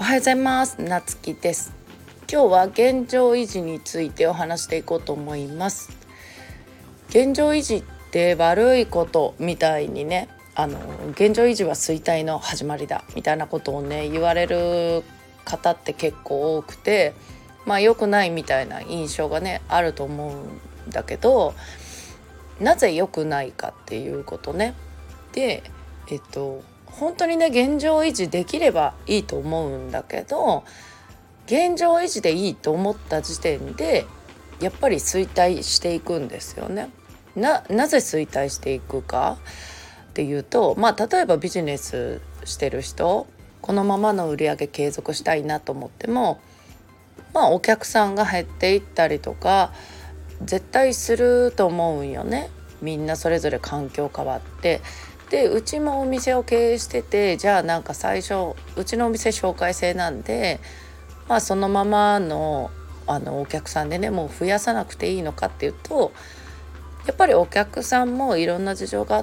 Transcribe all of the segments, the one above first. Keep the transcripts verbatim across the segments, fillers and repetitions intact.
はようございます。なつきです。今日は現状維持についてお話していこうと思います。現状維持って悪いことみたいにね、あの現状維持は衰退の始まりだみたいなことをね言われる方って結構多くて、まあ良くないみたいな印象がねあると思うんだけど、なぜ良くないかっていうことね。で、えっと本当にね現状維持できればいいと思うんだけど、現状維持でいいと思った時点でやっぱり衰退していくんですよね。な, なぜ衰退していくかっていうと、まあ例えばビジネスしてる人、このままの売り上げ継続したいなと思っても、まあお客さんが減っていったりとか絶対すると思うんよね。みんなそれぞれ環境変わって、でうちもお店を経営してて、じゃあなんか最初うちのお店紹介制なんで、まあそのままのあのお客さんでねもう増やさなくていいのかっていうと、やっぱりお客さんもいろんな事情があって、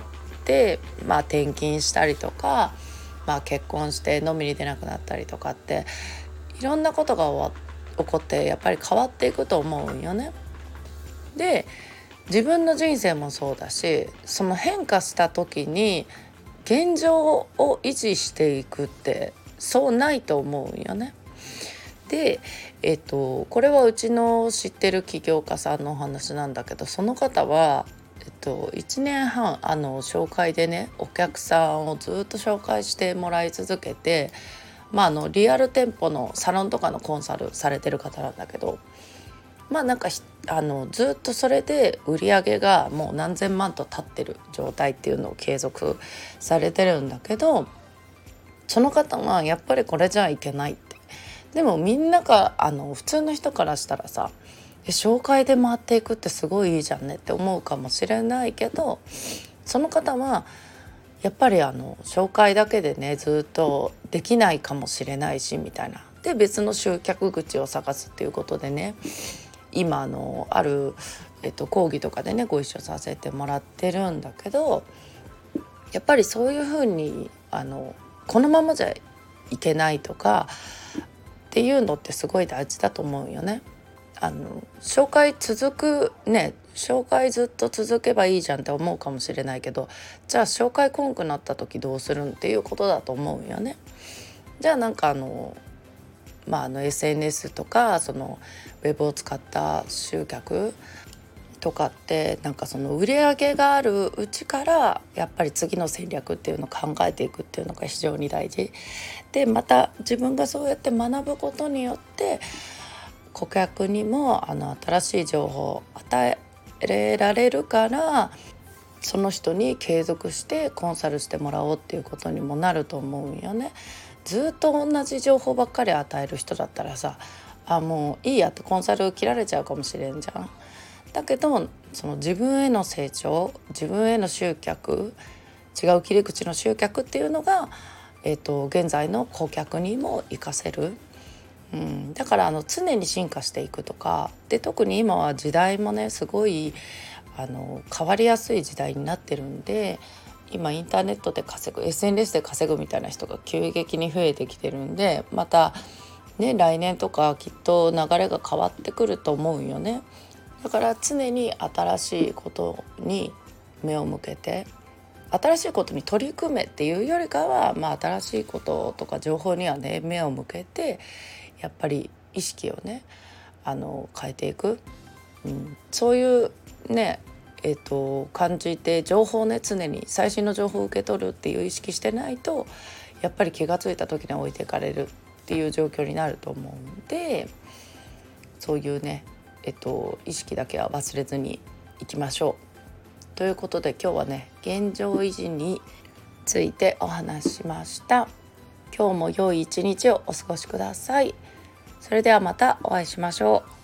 まあ転勤したりとか、まあ結婚して飲みに出なくなったりとかっていろんなことが起こってやっぱり変わっていくと思うんよね。で自分の人生もそうだし、その変化した時に現状を維持していくってそうないと思うんよね。で、えっと、これはうちの知ってる起業家さんのお話なんだけど、その方は、えっと、いちねんはんあの紹介でねお客さんをずっと紹介してもらい続けて、まあ、あのリアル店舗のサロンとかのコンサルされてる方なんだけど、まあなんかあのずっとそれで売り上げがもう何千万と経ってる状態っていうのを継続されてるんだけど、その方はやっぱりこれじゃいけないって。でもみんながあの普通の人からしたらさ、紹介で回っていくってすごいいいじゃんねって思うかもしれないけど、その方はやっぱりあの紹介だけでねずっとできないかもしれないしみたいな。で別の集客口を探すっていうことでね、今あのある、えっと、講義とかでねご一緒させてもらってるんだけど、やっぱりそういうふうにあのこのままじゃいけないとかっていうのってすごい大事だと思うよね。あの紹介続くね紹介ずっと続けばいいじゃんって思うかもしれないけど、じゃあ紹介来んくなった時どうするんっていうことだと思うよね。じゃあなんかあのまあ、あの エスエヌエス とかそのウェブを使った集客とかってなんかその売り上げがあるうちからやっぱり次の戦略っていうのを考えていくっていうのが非常に大事で、また自分がそうやって学ぶことによって顧客にもあの新しい情報を与えられるから、その人に継続してコンサルしてもらおうっていうことにもなると思うんよね。ずっと同じ情報ばっかり与える人だったらさ、あもういいやってコンサル切られちゃうかもしれんじゃん。だけどその自分への成長、自分への集客、違う切り口の集客っていうのが、えーと、現在の顧客にも活かせる。うん、だからあの常に進化していくとかで、特に今は時代もねすごいあの変わりやすい時代になってるんで、今インターネットで稼ぐ エスエヌエス で稼ぐみたいな人が急激に増えてきてるんで、またね来年とかきっと流れが変わってくると思うよね。だから常に新しいことに目を向けて、新しいことに取り組めっていうよりかは、まあ、新しいこととか情報にはね目を向けてやっぱり意識をねあの変えていく、うん、そういうねえー、と感じて情報をね常に最新の情報を受け取るっていう意識してないと、やっぱり気がついた時に置いていかれるっていう状況になると思うんで、そういうね、えー、と意識だけは忘れずにいきましょうということで、今日はね現状維持についてお話ししました。今日も良い一日をお過ごしください。それではまたお会いしましょう。